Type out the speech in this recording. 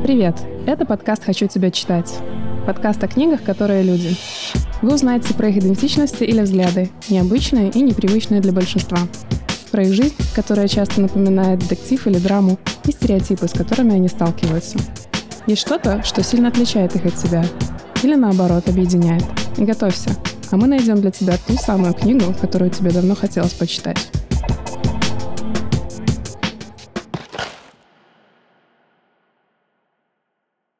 Привет! Это подкаст «Хочу тебя читать». Подкаст о книгах, которые люди. Вы узнаете про их идентичности или взгляды, необычные и непривычные для большинства. Про их жизнь, которая часто напоминает детектив или драму, и стереотипы, с которыми они сталкиваются. Есть что-то, что сильно отличает их от тебя, или наоборот, объединяет. И готовься, а мы найдем для тебя ту самую книгу, которую тебе давно хотелось почитать.